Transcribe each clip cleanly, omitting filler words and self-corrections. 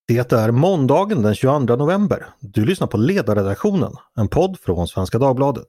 Det är måndagen den 22 november. Du lyssnar på Ledarredaktionen, en podd från Svenska Dagbladet.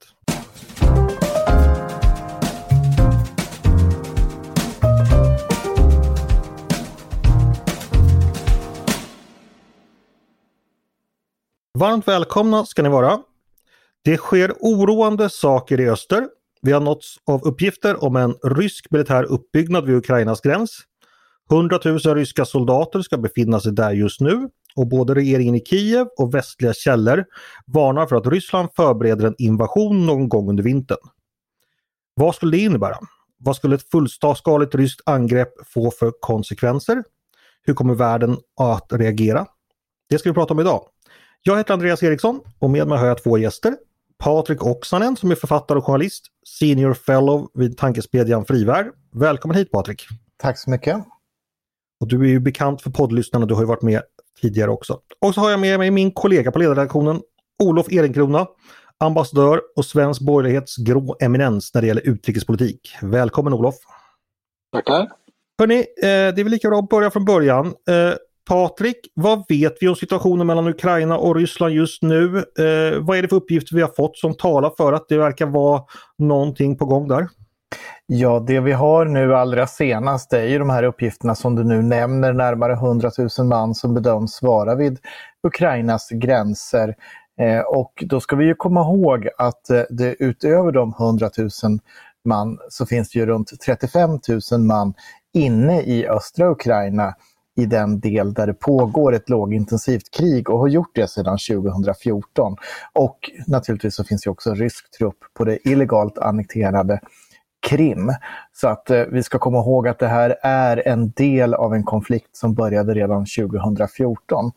Varmt välkomna ska ni vara. Det sker oroande saker i öster. Vi har nåtts av uppgifter om en rysk militär uppbyggnad vid Ukrainas gräns. 100 000 ryska soldater ska befinna sig där just nu och både regeringen i Kiev och västliga källor varnar för att Ryssland förbereder en invasion någon gång under vintern. Vad skulle det innebära? Vad skulle ett fullskaligt ryskt angrepp få för konsekvenser? Hur kommer världen att reagera? Det ska vi prata om idag. Jag heter Andreas Eriksson och med mig har jag två gäster. Patrik Oksanen som är författare och journalist, senior fellow vid tankesmedjan Frivärd. Välkommen hit Patrik. Tack så mycket. Och du är ju bekant för poddlyssnarna, du har ju varit med tidigare också. Och så har jag med mig min kollega på ledarredaktionen, Olof Ehrenkrona, ambassadör och svensk borgerlighets grå eminens när det gäller utrikespolitik. Välkommen Olof. Tackar. Hörrni, det är väl lika bra att börja från början. Patrik, vad vet vi om situationen mellan Ukraina och Ryssland just nu? Vad är det för uppgifter vi har fått som talar för att det verkar vara någonting på gång där? Ja, det vi har nu allra senast är ju de här uppgifterna som du nu nämner, närmare 100 000 man som bedöms vara vid Ukrainas gränser. Och då ska vi ju komma ihåg att det utöver de 100 000 man så finns det ju runt 35 000 man inne i östra Ukraina i den del där det pågår ett lågintensivt krig och har gjort det sedan 2014. Och naturligtvis så finns det också rysk trupp på det illegalt annekterade Krim. Så att vi ska komma ihåg att det här är en del av en konflikt som började redan 2014.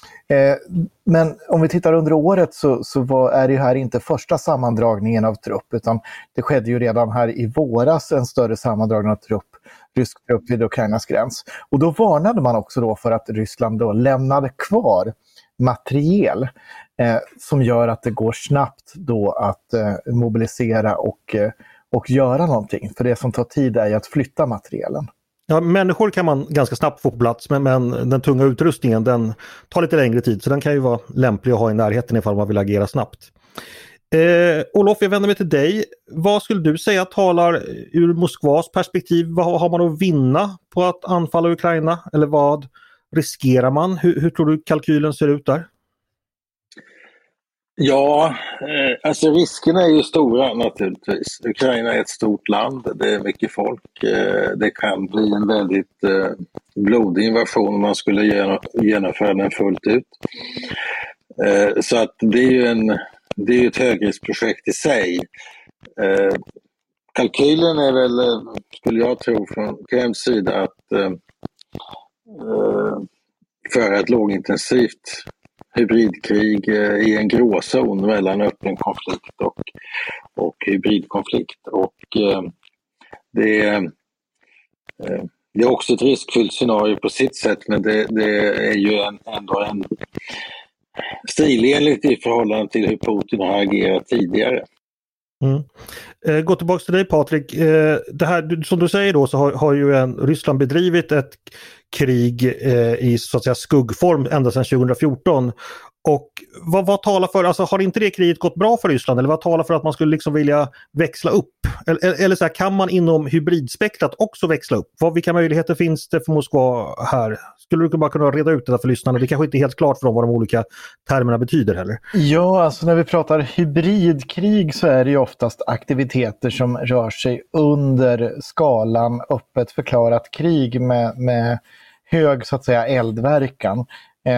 Men om vi tittar under året så är det ju här inte första sammandragningen av trupp, utan det skedde ju redan här i våras en större sammandragning av rysk trupp vid Ukrainas gräns. Och då varnade man också då för att Ryssland då lämnade kvar materiel som gör att det går snabbt då att mobilisera och göra någonting. För det som tar tid är ju att flytta materielen. Ja, människor kan man ganska snabbt få på plats men den tunga utrustningen den tar lite längre tid så den kan ju vara lämplig att ha i närheten ifall man vill agera snabbt. Olof, jag vänder mig till dig. Vad skulle du säga talar ur Moskvas perspektiv? Vad har man att vinna på att anfalla Ukraina? Eller vad riskerar man? Hur tror du kalkylen ser ut där? Ja, alltså riskerna är ju stora naturligtvis. Ukraina är ett stort land, det är mycket folk. Det kan bli en väldigt blodig invasion om man skulle genomföra den fullt ut. Så att det är ju ett högriskprojekt i sig. Kalkylen är väl, skulle jag tro från Kremls sida, att föra ett lågintensivt hybridkrig i en gråzon mellan öppen konflikt och hybridkonflikt. Och det är också ett riskfyllt scenario på sitt sätt, men det är ju ändå en stilenligt i förhållande till hur Putin har agerat tidigare. Gå tillbaka till dig Patrik. Det här, som du säger då så har ju Ryssland bedrivit ett krig i så att säga skuggform ända sedan 2014. Och vad talar för, alltså har inte det kriget gått bra för Ryssland eller vad talar för att man skulle liksom vilja växla upp? Eller så här, kan man inom hybridspektrat också växla upp? Vilka möjligheter finns det för Moskva här? Skulle du bara kunna reda ut det för lyssnarna? Det kanske inte är helt klart för dem vad de olika termerna betyder heller. Ja, alltså när vi pratar hybridkrig så är det ju oftast aktiviteter som rör sig under skalan öppet förklarat krig med hög så att säga eldverkan.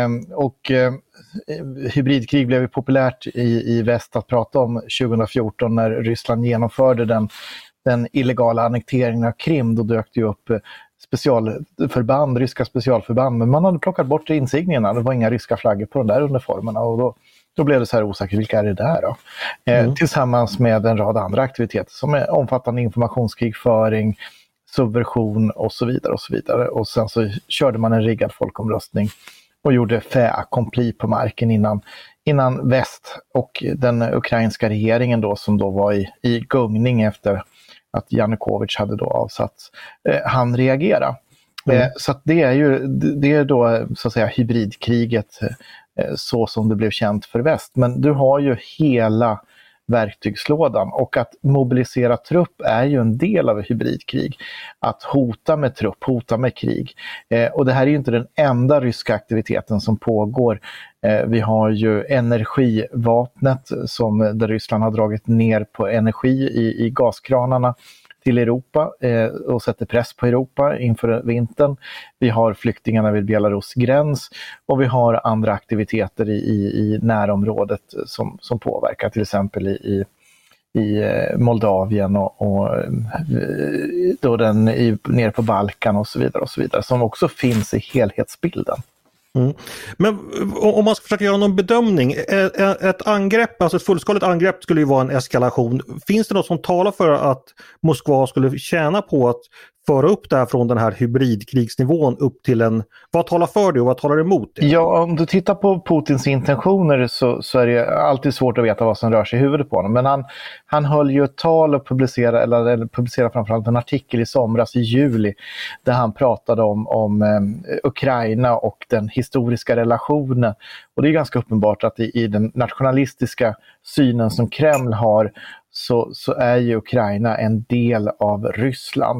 Hybridkrig blev ju populärt i väst att prata om 2014 när Ryssland genomförde den illegala annekteringen av Krim. Då dök det ju upp ryska specialförband, men man hade plockat bort insignierna. Det var inga ryska flaggor på de där uniformerna och då blev det så här osäkert, vilka är det där då? Tillsammans med en rad andra aktiviteter som är omfattande informationskrigföring, subversion och så vidare och så vidare. Och sen så körde man en riggad folkomröstning och gjorde fait accompli på marken innan väst och den ukrainska regeringen då som då var i gungning efter att Janukovyč hade då avsatts, han reagera. Så att det är då så att säga hybridkriget så som det blev känt för väst. Men du har ju hela verktygslådan, och att mobilisera trupp är ju en del av ett hybridkrig. Att hota med trupp, hota med krig. Och det här är ju inte den enda ryska aktiviteten som pågår. Vi har ju energivapnet där Ryssland har dragit ner på energi i gaskranarna till Europa och sätter press på Europa inför vintern. Vi har flyktingarna vid Belarus gräns, och vi har andra aktiviteter i närområdet som påverkar, till exempel i Moldavien och då ner på Balkan och så vidare, som också finns i helhetsbilden. Mm. Men om man ska försöka göra någon bedömning, ett angrepp, alltså ett fullskaligt angrepp skulle ju vara en eskalation. Finns det något som talar för att Moskva skulle tjäna på att föra upp det här från den här hybridkrigsnivån upp till vad talar för det och vad talar emot det? Ja, om du tittar på Putins intentioner så är det alltid svårt att veta vad som rör sig i huvudet på honom. Men han höll ju ett tal och publicerade framförallt en artikel i somras i juli där han pratade om Ukraina och den historiska relationen. Och det är ganska uppenbart att i den nationalistiska synen som Kreml har så är ju Ukraina en del av Ryssland.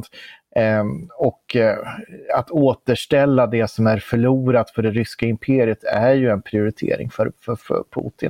Och att återställa det som är förlorat för det ryska imperiet är ju en prioritering för Putin.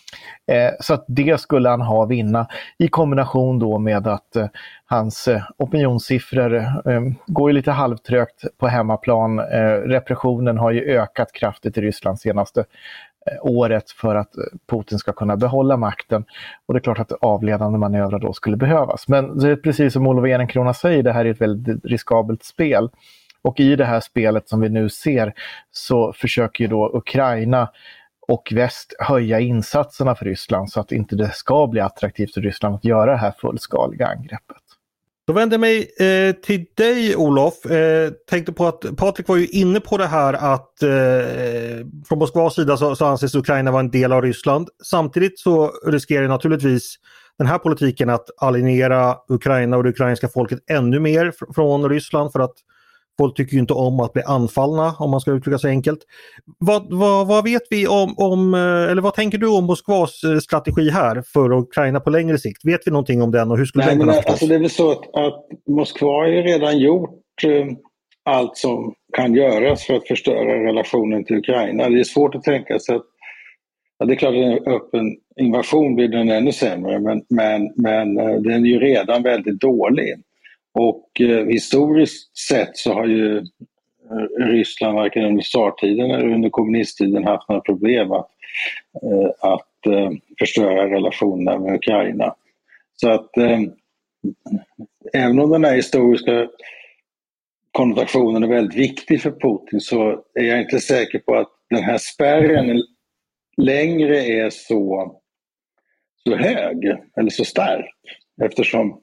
Så att det skulle han vinna i kombination då med att hans opinionssiffror går ju lite halvtrögt på hemmaplan. Repressionen har ju ökat kraftigt i Ryssland senaste året för att Putin ska kunna behålla makten, och det är klart att avledande manövrar då skulle behövas. Men det är precis som Olof Ehrenkrona säger, det här är ett väldigt riskabelt spel, och i det här spelet som vi nu ser så försöker ju då Ukraina och väst höja insatserna för Ryssland så att inte det ska bli attraktivt för Ryssland att göra det här fullskaliga angreppet. Då vänder mig till dig, Olof. Tänkte på att Patrik var ju inne på det här att från Moskvas sida så anses Ukraina vara en del av Ryssland. Samtidigt så riskerar naturligtvis den här politiken att alienera Ukraina och det ukrainska folket ännu mer från Ryssland, för att folk tycker ju inte om att bli anfallna, om man ska uttrycka sig enkelt. Vad vet vi om eller vad tänker du om Moskvas strategi här för Ukraina på längre sikt? Vet vi någonting om den och hur skulle den kunna förstås? Alltså det är väl så att Moskva har ju redan gjort allt som kan göras för att förstöra relationen till Ukraina. Det är svårt att tänka sig att det är klart att en öppen invasion blir den ännu sämre, men den är ju redan väldigt dålig. Och historiskt sett så har ju Ryssland varken under tsartiden eller under kommunisttiden haft några problem att förstöra relationerna med Ukraina. Så att även om den här historiska konnotationen är väldigt viktig för Putin, så är jag inte säker på att den här spärren längre är så hög eller så stark, eftersom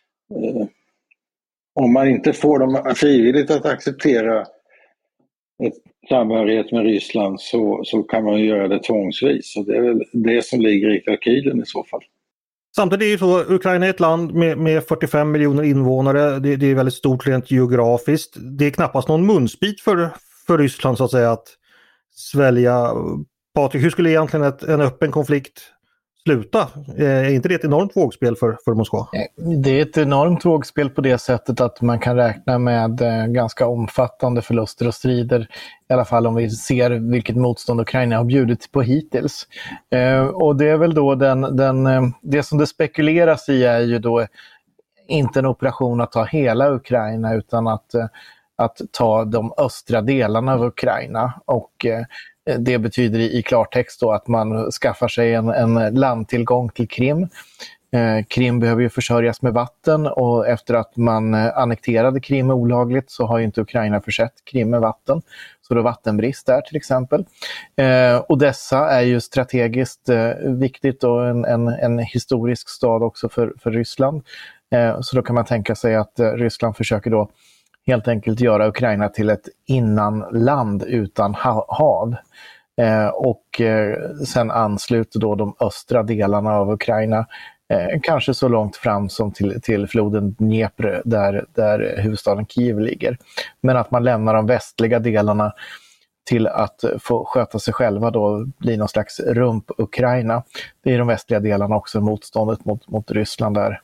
om man inte får dem frivilligt att acceptera ett samhörighet med Ryssland så kan man göra det tvångsvis. Så det är väl det som ligger i kalkylen i så fall. Samtidigt är det så, Ukraina är ett land med 45 miljoner invånare. Det är väldigt stort rent geografiskt. Det är knappast någon munsbit för Ryssland så att säga att svälja. Patrik, hur skulle egentligen en öppen konflikt sluta? Är inte det ett enormt vågspel för Moskva? Det är ett enormt vågspel på det sättet att man kan räkna med ganska omfattande förluster och strider, i alla fall om vi ser vilket motstånd Ukraina har bjudit på hittills. Och det är väl då det som det spekuleras i är ju då inte en operation att ta hela Ukraina, utan att ta de östra delarna av Ukraina, och det betyder i klartext då att man skaffar sig en landtillgång till Krim. Krim behöver ju försörjas med vatten, och efter att man annekterade Krim olagligt så har ju inte Ukraina försett Krim med vatten. Så det är vattenbrist där till exempel. Odessa är ju strategiskt viktigt och en historisk stad också för Ryssland. Så då kan man tänka sig att Ryssland försöker då helt enkelt göra Ukraina till ett innanland utan hav. Och sen ansluter då de östra delarna av Ukraina kanske så långt fram som till floden Dnepr där huvudstaden Kiev ligger. Men att man lämnar de västliga delarna till att få sköta sig själva då, blir någon slags rump-Ukraina. Det är de västliga delarna också, motståndet mot Ryssland där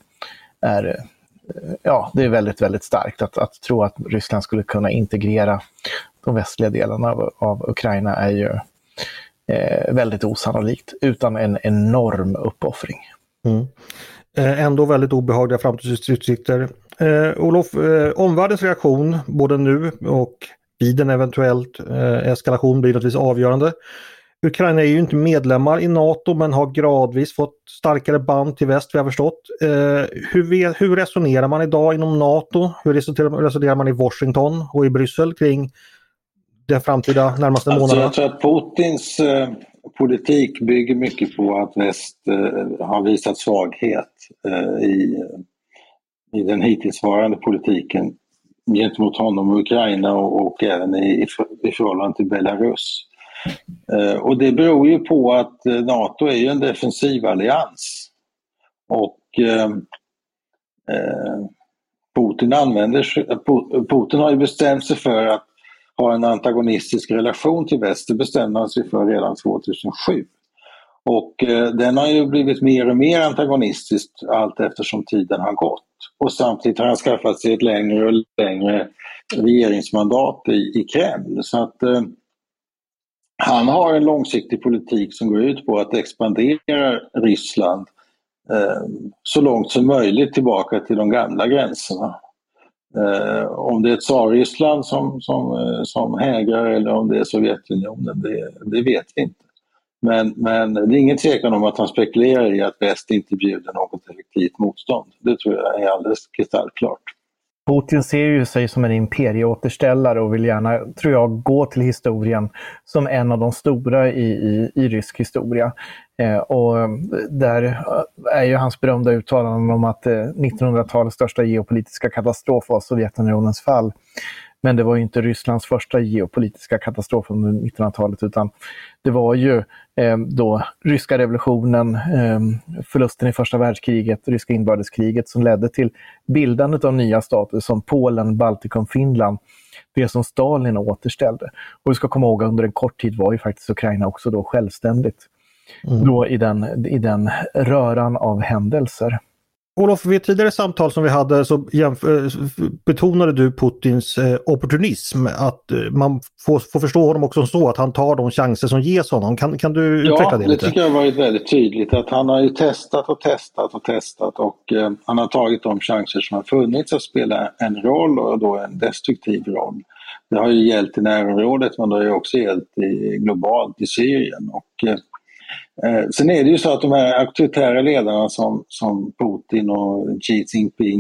det är väldigt, väldigt starkt. Att tro att Ryssland skulle kunna integrera de västliga delarna av Ukraina är ju väldigt osannolikt, utan en enorm uppoffring. Ändå väldigt obehagliga framtidsutsikter. Olof, omvärldens reaktion både nu och vid en eventuellt eskalation blir naturligtvis avgörande. Ukraina är ju inte medlemmar i NATO men har gradvis fått starkare band till väst, vi har förstått. Hur resonerar man idag inom NATO? Hur resonerar man i Washington och i Bryssel kring den framtida närmaste månaderna? Jag tror att Putins politik bygger mycket på att väst har visat svaghet i den hittillsvarande politiken gentemot honom och Ukraina och även i förhållande till Belarus. Och det beror ju på att NATO är ju en defensiv allians och Putin har ju bestämt sig för att ha en antagonistisk relation till väst. Det bestämde han sig för redan 2007. Och den har ju blivit mer och mer antagonistisk allt eftersom tiden har gått. Och samtidigt har han skaffat sig ett längre och längre regeringsmandat i Kreml. Så att han har en långsiktig politik som går ut på att expandera Ryssland så långt som möjligt tillbaka till de gamla gränserna. Om det är ett tsarryssland som hägrar eller om det är Sovjetunionen, det vet vi inte. Men det är ingen tvekan om att han spekulerar i att väst inte bjuder något effektivt motstånd. Det tror jag är alldeles kristallklart. Putin ser ju sig som en imperieåterställare och vill gärna, tror jag, gå till historien som en av de stora i rysk historia. Och där är ju hans berömda uttalanden om att 1900-talets största geopolitiska katastrof var Sovjetunionens fall. Men det var ju inte Rysslands första geopolitiska katastrof under 1900-talet, utan det var ju då ryska revolutionen, förlusten i första världskriget, ryska inbördeskriget som ledde till bildandet av nya stater som Polen, Baltikum, Finland, det som Stalin återställde. Och vi ska komma ihåg att under en kort tid var ju faktiskt Ukraina också då självständigt. Då i den röran av händelser. Olof, vid tidigare samtal som vi hade så betonade du Putins opportunism, att man får förstå honom också så att han tar de chanser som ges honom. Kan du utveckla det lite? Ja, det tycker jag har varit väldigt tydligt, att han har ju testat och han har tagit de chanser som har funnits att spela en roll, och då en destruktiv roll. Det har ju gällt i närområdet, men det har ju också gällt globalt i Syrien. Och sen är det ju så att de här auktoritära ledarna som Putin och Xi Jinping,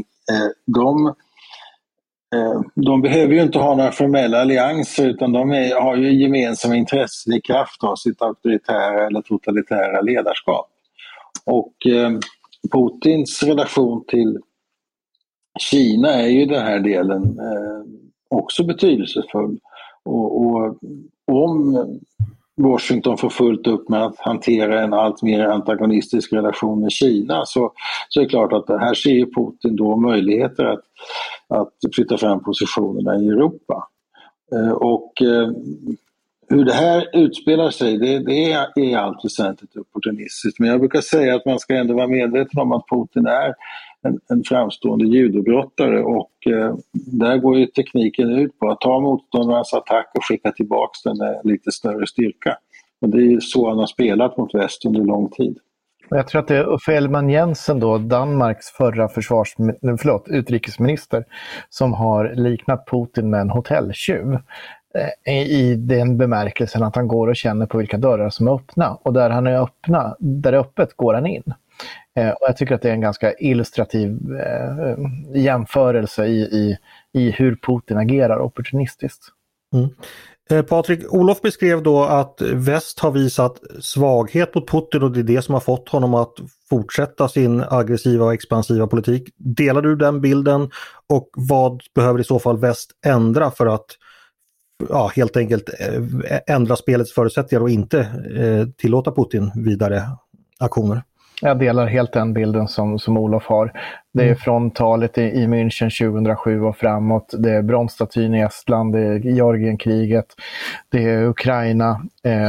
de behöver ju inte ha några formella allianser, utan de har ju gemensamma intressen i kraft av sitt auktoritära eller totalitära ledarskap. Och Putins relation till Kina är ju den här delen också betydelsefull. Och om Washington får fullt upp med att hantera en allt mer antagonistisk relation med Kina, så är det klart att här ser Putin då möjligheter att flytta fram positionerna i Europa. Och hur det här utspelar sig, det är i allt väsentligt opportunistiskt. Men jag brukar säga att man ska ändå vara medveten om att Putin är en framstående judobrottare, och där går ju tekniken ut på att ta motståndarnas attack och skicka tillbaka den med lite större styrka. Och det är ju så han har spelat mot väst under lång tid. Jag tror att det är Uffe Ellemann-Jensen då, Danmarks förra utrikesminister, som har liknat Putin med en hotelltjuv. I den bemärkelsen att han går och känner på vilka dörrar som är öppna. Och där han är öppna, där det är öppet går han in. Och jag tycker att det är en ganska illustrativ jämförelse i hur Putin agerar opportunistiskt. Patrik, Olof beskrev då att väst har visat svaghet mot Putin, och det är det som har fått honom att fortsätta sin aggressiva och expansiva politik. Delar du den bilden, och vad behöver i så fall väst ändra för att helt enkelt ändra spelets förutsättningar och inte tillåta Putin vidare aktioner? Jag delar helt den bilden som Olof har. Det är från talet i München 2007 och framåt. Det är bromsstatyn i Estland, det är Georgienkriget, det är Ukraina.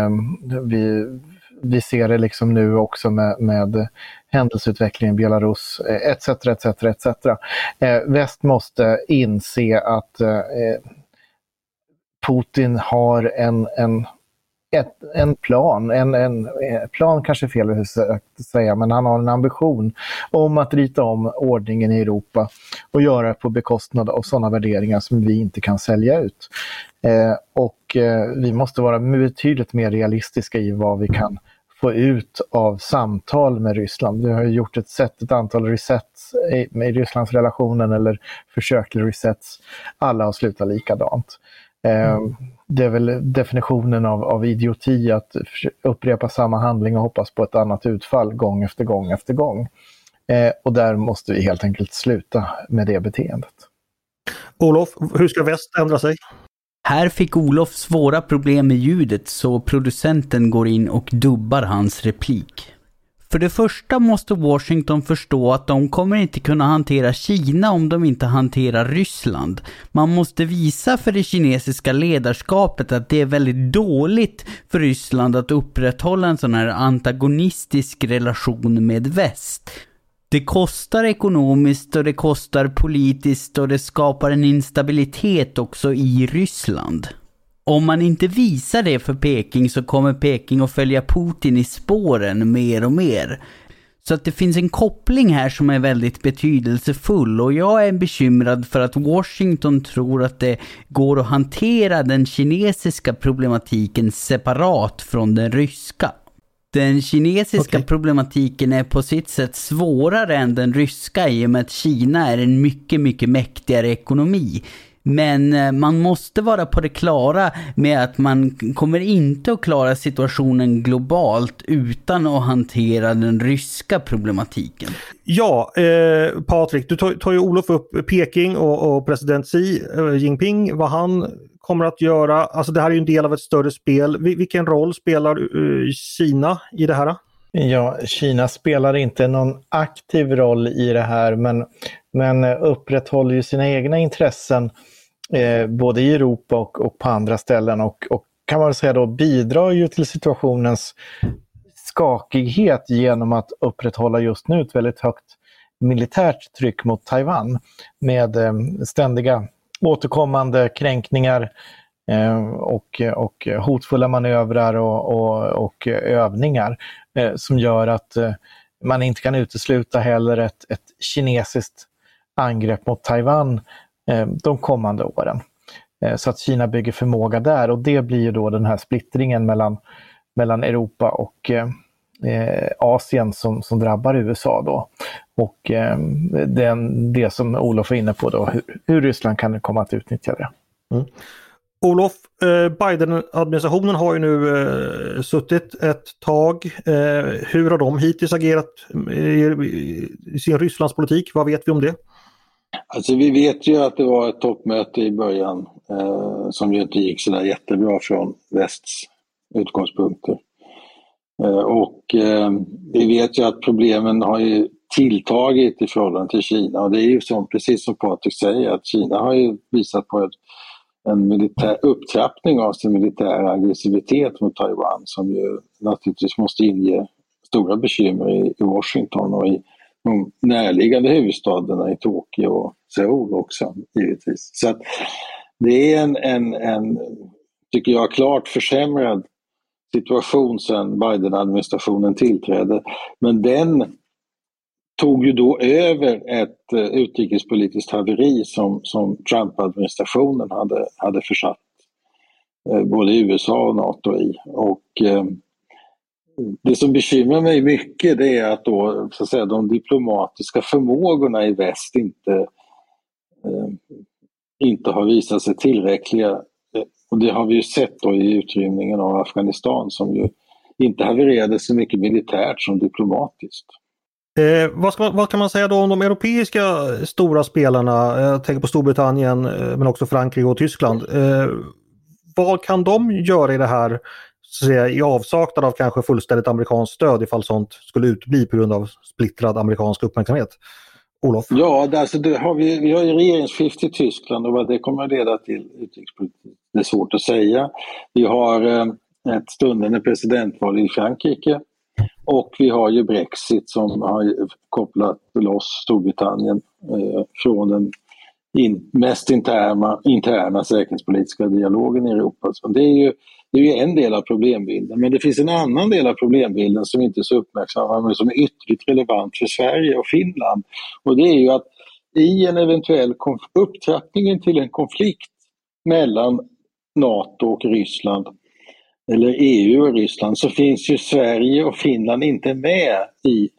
Vi ser det liksom nu också med händelseutvecklingen i Belarus, etc. Väst måste inse att Putin har en plan, plan kanske fel att säga, men han har en ambition om att rita om ordningen i Europa och göra det på bekostnad av sådana värderingar som vi inte kan sälja ut. Vi måste vara betydligt mer realistiska i vad vi kan få ut av samtal med Ryssland. Vi har gjort ett antal resets med Rysslands relationen eller försök till resets. Alla har slutat likadant. Det är väl definitionen av idioti att upprepa samma handling och hoppas på ett annat utfall gång efter gång efter gång. Och där måste vi helt enkelt sluta med det beteendet. Olof, hur ska väst ändra sig? Här fick Olof svåra problem med ljudet, så producenten går in och dubbar hans replik. För det första måste Washington förstå att de kommer inte kunna hantera Kina om de inte hanterar Ryssland. Man måste visa för det kinesiska ledarskapet att det är väldigt dåligt för Ryssland att upprätthålla en sån här antagonistisk relation med väst. Det kostar ekonomiskt och det kostar politiskt och det skapar en instabilitet också i Ryssland. Om man inte visar det för Peking så kommer Peking att följa Putin i spåren mer och mer. Så att det finns en koppling här som är väldigt betydelsefull, och jag är bekymrad för att Washington tror att det går att hantera den kinesiska problematiken separat från den ryska. Den kinesiska problematiken är på sitt sätt svårare än den ryska i och med att Kina är en mycket, mycket mäktigare ekonomi. Men man måste vara på det klara med att man kommer inte att klara situationen globalt utan att hantera den ryska problematiken. Ja, Patrik, du tar ju Olof upp Peking och president Xi Jinping, vad han kommer att göra. Alltså det här är ju en del av ett större spel. Vilken roll spelar Kina i det här? Ja, Kina spelar inte någon aktiv roll i det här, men upprätthåller ju sina egna intressen både i Europa och på andra ställen och kan man säga då bidrar ju till situationens skakighet genom att upprätthålla just nu ett väldigt högt militärt tryck mot Taiwan med ständiga återkommande kränkningar och hotfulla manövrar och övningar som gör att man inte kan utesluta heller ett kinesiskt angrepp mot Taiwan de kommande åren. Så att Kina bygger förmåga där, och det blir ju då den här splittringen mellan Europa och Asien som drabbar USA då. Och det som Olof var inne på då, hur Ryssland kan komma att utnyttja det. Mm. Olof, Biden-administrationen har ju nu suttit ett tag. Hur har de hittills agerat i sin Rysslandspolitik? Vad vet vi om det? Alltså vi vet ju att det var ett toppmöte i början som ju inte gick så där jättebra från västs utgångspunkter. Och vi vet ju att problemen har ju tilltagit i förhållande till Kina, och det är ju precis som Patrik säger, att Kina har ju visat på en militär upptrappning av sin militära aggressivitet mot Taiwan som ju naturligtvis måste inge stora bekymmer i Washington och i de närliggande huvudstäderna i Tokyo och Seoul också givetvis. Så att det är en tycker jag klart försämrad situation sedan Biden-administrationen tillträdde, men den tog ju då över ett utrikespolitiskt haveri som Trump-administrationen hade försatt både USA och NATO i. Och det som bekymrar mig mycket, det är att då så att säga, de diplomatiska förmågorna i väst inte har visat sig tillräckliga. Och det har vi ju sett då i utrymningen av Afghanistan, som ju inte havererade så mycket militärt som diplomatiskt. Vad kan man säga då om de europeiska stora spelarna? Jag tänker på Storbritannien men också Frankrike och Tyskland. Vad kan de göra i det här i avsaknad av kanske fullständigt amerikanskt stöd ifall sånt skulle utbli på grund av splittrad amerikansk uppmärksamhet? Olof? Ja, alltså vi har ju regeringsskifte i Tyskland och vad det kommer att leda till utrikespolitiskt, det är svårt att säga. Vi har ett stundande presidentval i Frankrike och vi har ju Brexit som har kopplat loss Storbritannien från den mest interna säkerhetspolitiska dialogen i Europa. Så det är ju en del av problembilden, men det finns en annan del av problembilden som inte är så uppmärksammad men som är ytterligt relevant för Sverige och Finland. Och det är ju att i en eventuell upptrappning till en konflikt mellan NATO och Ryssland eller EU och Ryssland så finns ju Sverige och Finland inte med i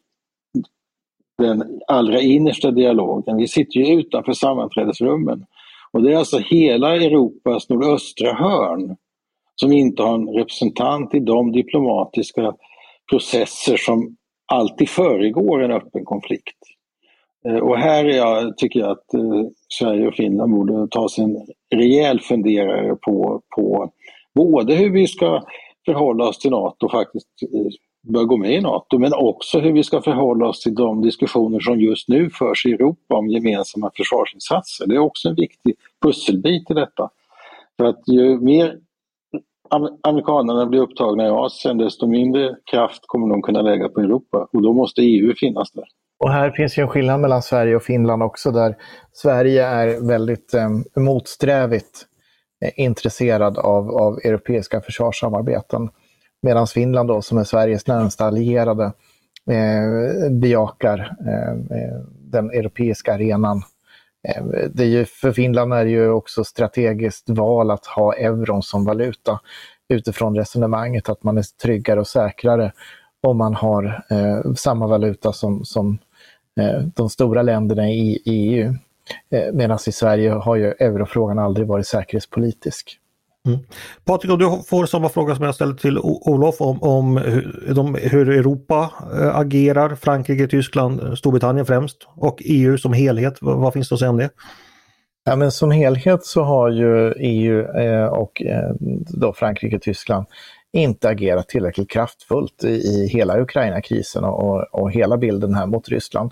den allra innersta dialogen. Vi sitter ju utanför sammanträdesrummen och det är alltså hela Europas nordöstra hörn som inte har en representant i de diplomatiska processer som alltid föregår en öppen konflikt. Och här tycker jag att Sverige och Finland borde ta sig en rejäl funderare på både hur vi ska förhålla oss till NATO och faktiskt bör gå med i NATO, men också hur vi ska förhålla oss till de diskussioner som just nu förs i Europa om gemensamma försvarsinsatser. Det är också en viktig pusselbit i detta. För att ju mer amerikanerna blir upptagna i Asien, desto mindre kraft kommer de kunna lägga på Europa och då måste EU finnas där. Och här finns ju en skillnad mellan Sverige och Finland också, där Sverige är väldigt motsträvigt intresserad av europeiska försvarssamarbeten, medan Finland då, som är Sveriges närmsta allierade, bejakar den europeiska arenan. Det är ju, för Finland är det ju också strategiskt val att ha euron som valuta utifrån resonemanget att man är tryggare och säkrare om man har samma valuta som de stora länderna i EU. Medan i Sverige har ju eurofrågan aldrig varit säkerhetspolitisk. Patrik, om du får samma fråga som jag ställde till Olof om hur Europa agerar, Frankrike, Tyskland, Storbritannien främst och EU som helhet, vad finns det att säga om det? Ja, men som helhet så har ju EU och då Frankrike och Tyskland inte agerat tillräckligt kraftfullt i hela Ukraina-krisen och hela bilden här mot Ryssland.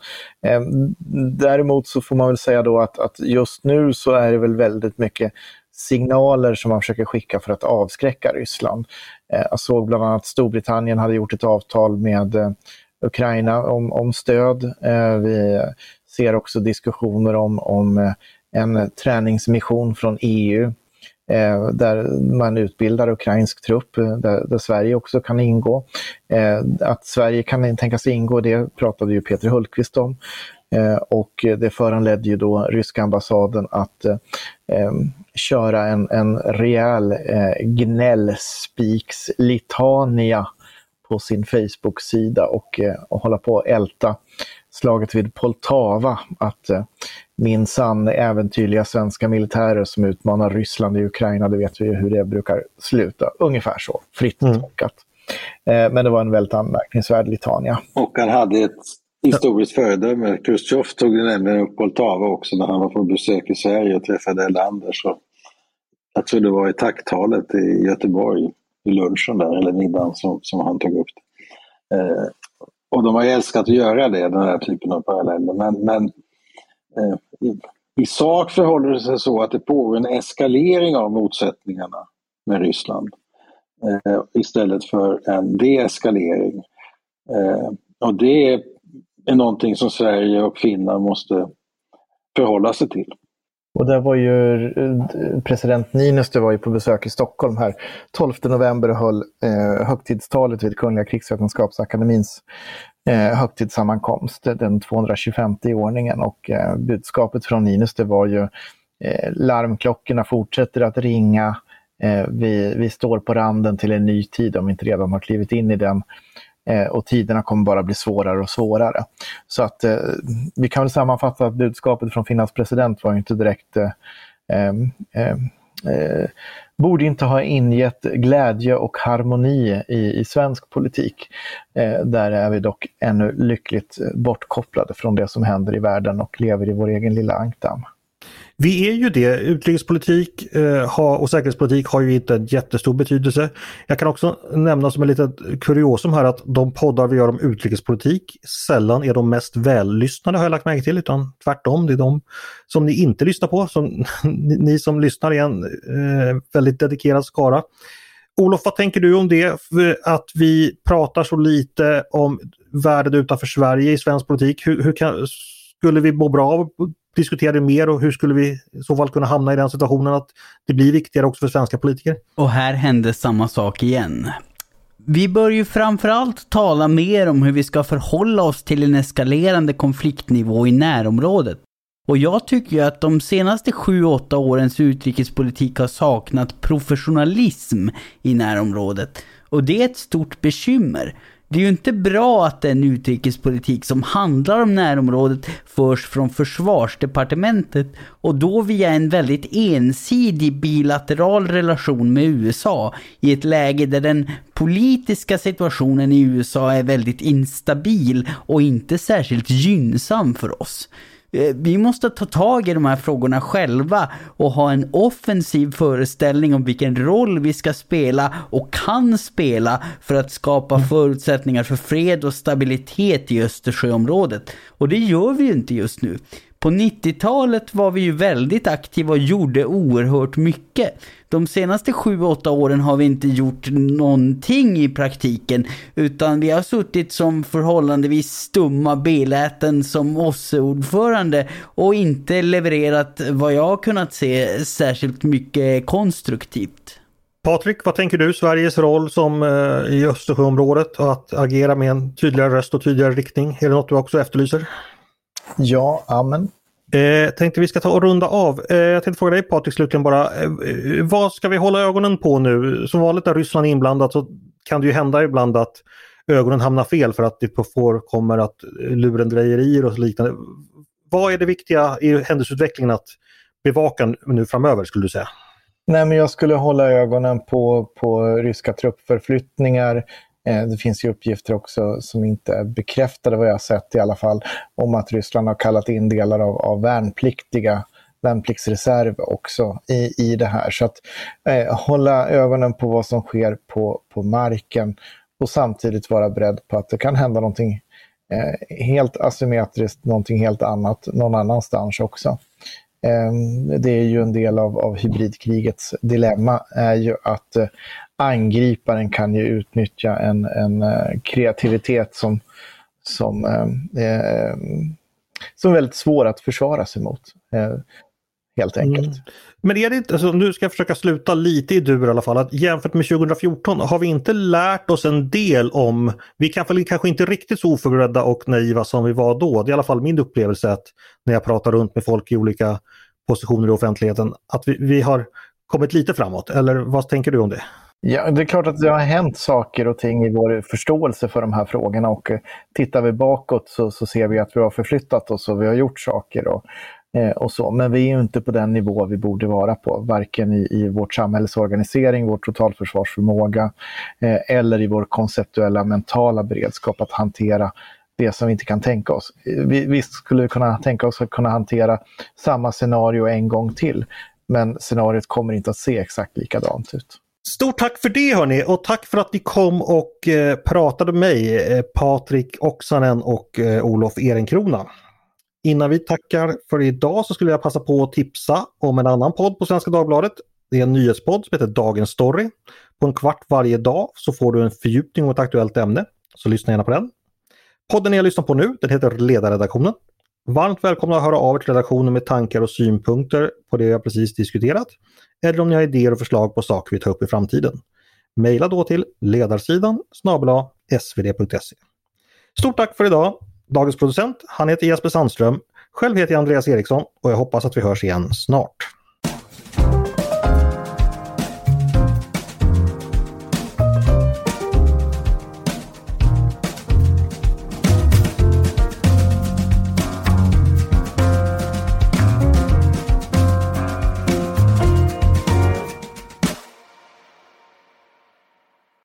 Däremot så får man väl säga då att just nu så är det väl väldigt mycket signaler som man försöker skicka för att avskräcka Ryssland. Jag såg bland annat att Storbritannien hade gjort ett avtal med Ukraina om stöd. Vi ser också diskussioner om en träningsmission från EU där man utbildar ukrainsk trupp, där Sverige också kan ingå. Att Sverige kan tänka sig ingå, det pratade ju Peter Hultqvist om. Och det föranledde ju då ryska ambassaden att köra en rejäl gnällspiks-litania på sin Facebook-sida och hålla på att älta slaget vid Poltava, att minsann äventyrliga svenska militärer som utmanar Ryssland i Ukraina, det vet vi ju hur det brukar sluta. Ungefär så, fritt tolkat. Men det var en väldigt anmärkningsvärd litania. Och han hade ett historiskt föredöme. Khrushchev tog nämligen upp Poltava också när han var på besök i Sverige och träffade Erlander. Så jag tror det var i tacktalet i Göteborg i lunchen där, eller middagen som han tog upp det. Och de har älskat att göra det, den här typen av paralleller. Men i sak förhåller det sig så att det pågår en eskalering av motsättningarna med Ryssland istället för en deeskalering. Och det är någonting som Sverige och Finland måste förhålla sig till. Och där var ju president Niinistö var ju på besök i Stockholm här 12 november och höll högtidstalet vid Kungliga krigsvetenskapsakademins högtidssammankomst, den 225 i ordningen, och budskapet från Niinistö var ju larmklockorna fortsätter att ringa, vi står på randen till en ny tid om vi inte redan har klivit in i den. Och tiderna kommer bara bli svårare och svårare. Så att vi kan väl sammanfatta att budskapet från Finlands president var ju inte direkt borde inte ha ingett glädje och harmoni i svensk politik. Där är vi dock ännu lyckligt bortkopplade från det som händer i världen och lever i vår egen lilla ankdamm. Vi är ju det. Utrikespolitik och säkerhetspolitik har ju inte en jättestor betydelse. Jag kan också nämna som en litet kuriosum här att de poddar vi gör om utrikespolitik sällan är de mest vällyssnade, har jag lagt märke till, utan tvärtom. Det är de som ni inte lyssnar på. Ni som lyssnar är en väldigt dedikerad skara. Olof, vad tänker du om det? Att vi pratar så lite om världen utanför Sverige i svensk politik. Skulle vi må bra av att diskutera det mer och hur skulle vi i så fall kunna hamna i den situationen att det blir viktigare också för svenska politiker? Och här hände samma sak igen. Vi bör ju framförallt tala mer om hur vi ska förhålla oss till en eskalerande konfliktnivå i närområdet. Och jag tycker ju att de senaste 7-8 årens utrikespolitik har saknat professionalism i närområdet. Och det är ett stort bekymmer. Det är ju inte bra att en utrikespolitik som handlar om närområdet förs från försvarsdepartementet och då via en väldigt ensidig bilateral relation med USA i ett läge där den politiska situationen i USA är väldigt instabil och inte särskilt gynnsam för oss. Vi måste ta tag i de här frågorna själva och ha en offensiv föreställning om vilken roll vi ska spela och kan spela för att skapa förutsättningar för fred och stabilitet i Östersjöområdet. Och det gör vi ju inte just nu. På 90-talet var vi ju väldigt aktiva och gjorde oerhört mycket. De senaste 7-8 åren har vi inte gjort någonting i praktiken, utan vi har suttit som förhållandevis stumma beläten som OSSE-ordförande och inte levererat vad jag har kunnat se särskilt mycket konstruktivt. Patrik, vad tänker du? Sveriges roll som i Östersjöområdet och att agera med en tydligare röst och tydligare riktning. Är det något du också efterlyser? Ja, amen. Tänkte vi ska ta och runda av. Jag tänkte fråga dig Patrik slutligen bara. Vad ska vi hålla ögonen på nu? Som vanligt när Ryssland är inblandat så kan det ju hända ibland att ögonen hamnar fel för att det kommer att lurendrejerier och så liknande. Vad är det viktiga i händelseutvecklingen att bevaka nu framöver skulle du säga? Nej, men jag skulle hålla ögonen på ryska truppförflyttningar. Det finns ju uppgifter också som inte är bekräftade vad jag har sett i alla fall om att Ryssland har kallat in delar av värnpliktsreserv också i det här. Så att hålla ögonen på vad som sker på marken och samtidigt vara beredd på att det kan hända någonting helt asymmetriskt, någonting helt annat någon annanstans också. Det är ju en del av hybridkrigets dilemma är ju att angriparen kan ju utnyttja en kreativitet som är väldigt svår att försvara sig mot, helt enkelt. Men är det inte, alltså, nu ska jag försöka sluta lite i dur i alla fall, att jämfört med 2014 har vi inte lärt oss en del om, vi kanske inte riktigt så oförberedda och naiva som vi var då. Det är i alla fall min upplevelse att när jag pratar runt med folk i olika positioner i offentligheten, att vi har kommit lite framåt. Eller vad tänker du om det? Ja, det är klart att det har hänt saker och ting i vår förståelse för de här frågorna och tittar vi bakåt så ser vi att vi har förflyttat oss och vi har gjort saker och så. Men vi är ju inte på den nivå vi borde vara på, varken i vårt samhällsorganisering, vår totalförsvarsförmåga eller i vår konceptuella mentala beredskap att hantera det som vi inte kan tänka oss. Vi skulle kunna tänka oss att kunna hantera samma scenario en gång till, men scenariot kommer inte att se exakt likadant ut. Stort tack för det hörni, och tack för att ni kom och pratade med mig, Patrik Oksanen och Olof Ehrenkrona. Innan vi tackar för idag så skulle jag passa på att tipsa om en annan podd på Svenska Dagbladet. Det är en nyhetspodd som heter Dagens Story. På en kvart varje dag så får du en fördjupning om ett aktuellt ämne, så lyssna gärna på den. Podden jag lyssnar på nu, den heter Ledarredaktionen. Varmt välkomna att höra av er till redaktionen med tankar och synpunkter på det jag precis diskuterat. Eller om ni har idéer och förslag på saker vi tar upp i framtiden. Maila då till ledarsidan@svd.se. Stort tack för idag. Dagens producent, han heter Jesper Sandström. Själv heter jag Andreas Eriksson och jag hoppas att vi hörs igen snart.